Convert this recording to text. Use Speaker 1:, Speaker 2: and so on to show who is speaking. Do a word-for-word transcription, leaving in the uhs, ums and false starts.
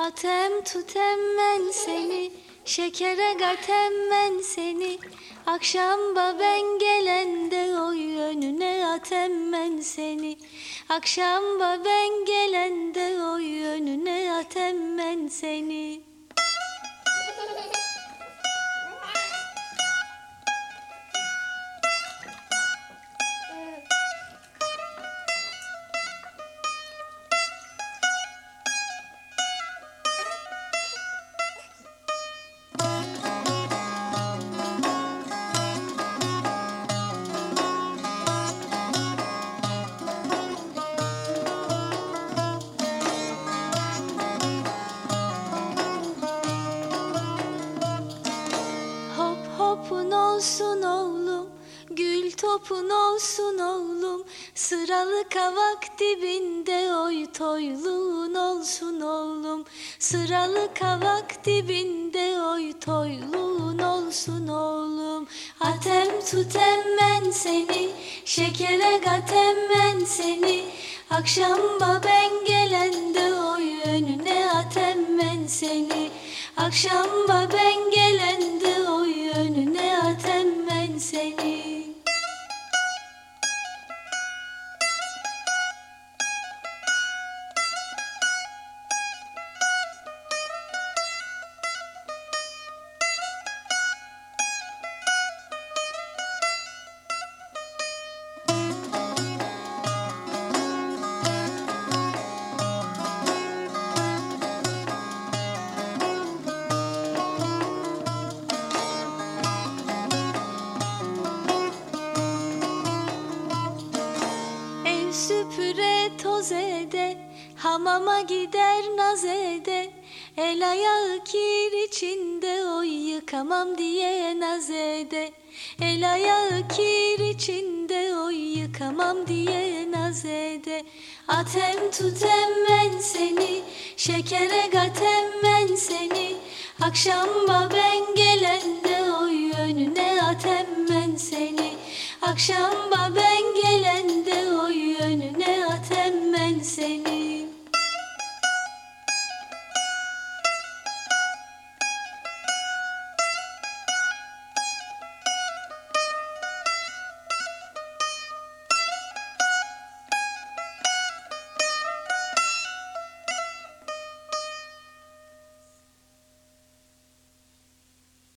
Speaker 1: Atem tutem men seni, şekere gatem men seni. Akşamba ben gelende oy önüne atem men seni. Akşamba ben gelende oy önüne atem men seni. Topun olsun oğlum, gül topun olsun oğlum. Sıralı kavak dibinde oy toyluğun olsun oğlum. Sıralı kavak dibinde oy toyluğun olsun oğlum. Atem tutem men seni, şekere gatem men seni. Akşamba ben gelende oy önüne atem men seni. Akşamba ben gelende oy önüne atem men seni. Süpüre toz ede, hamama gider naz ede. El ayağı kir içinde oy yıkamam diye naz ede. El ayağı kir içinde oy yıkamam diye naz ede. Atem tutem men seni, şekere gatem men seni. Akşamba ben gelende oy önüne atem men seni. Akşam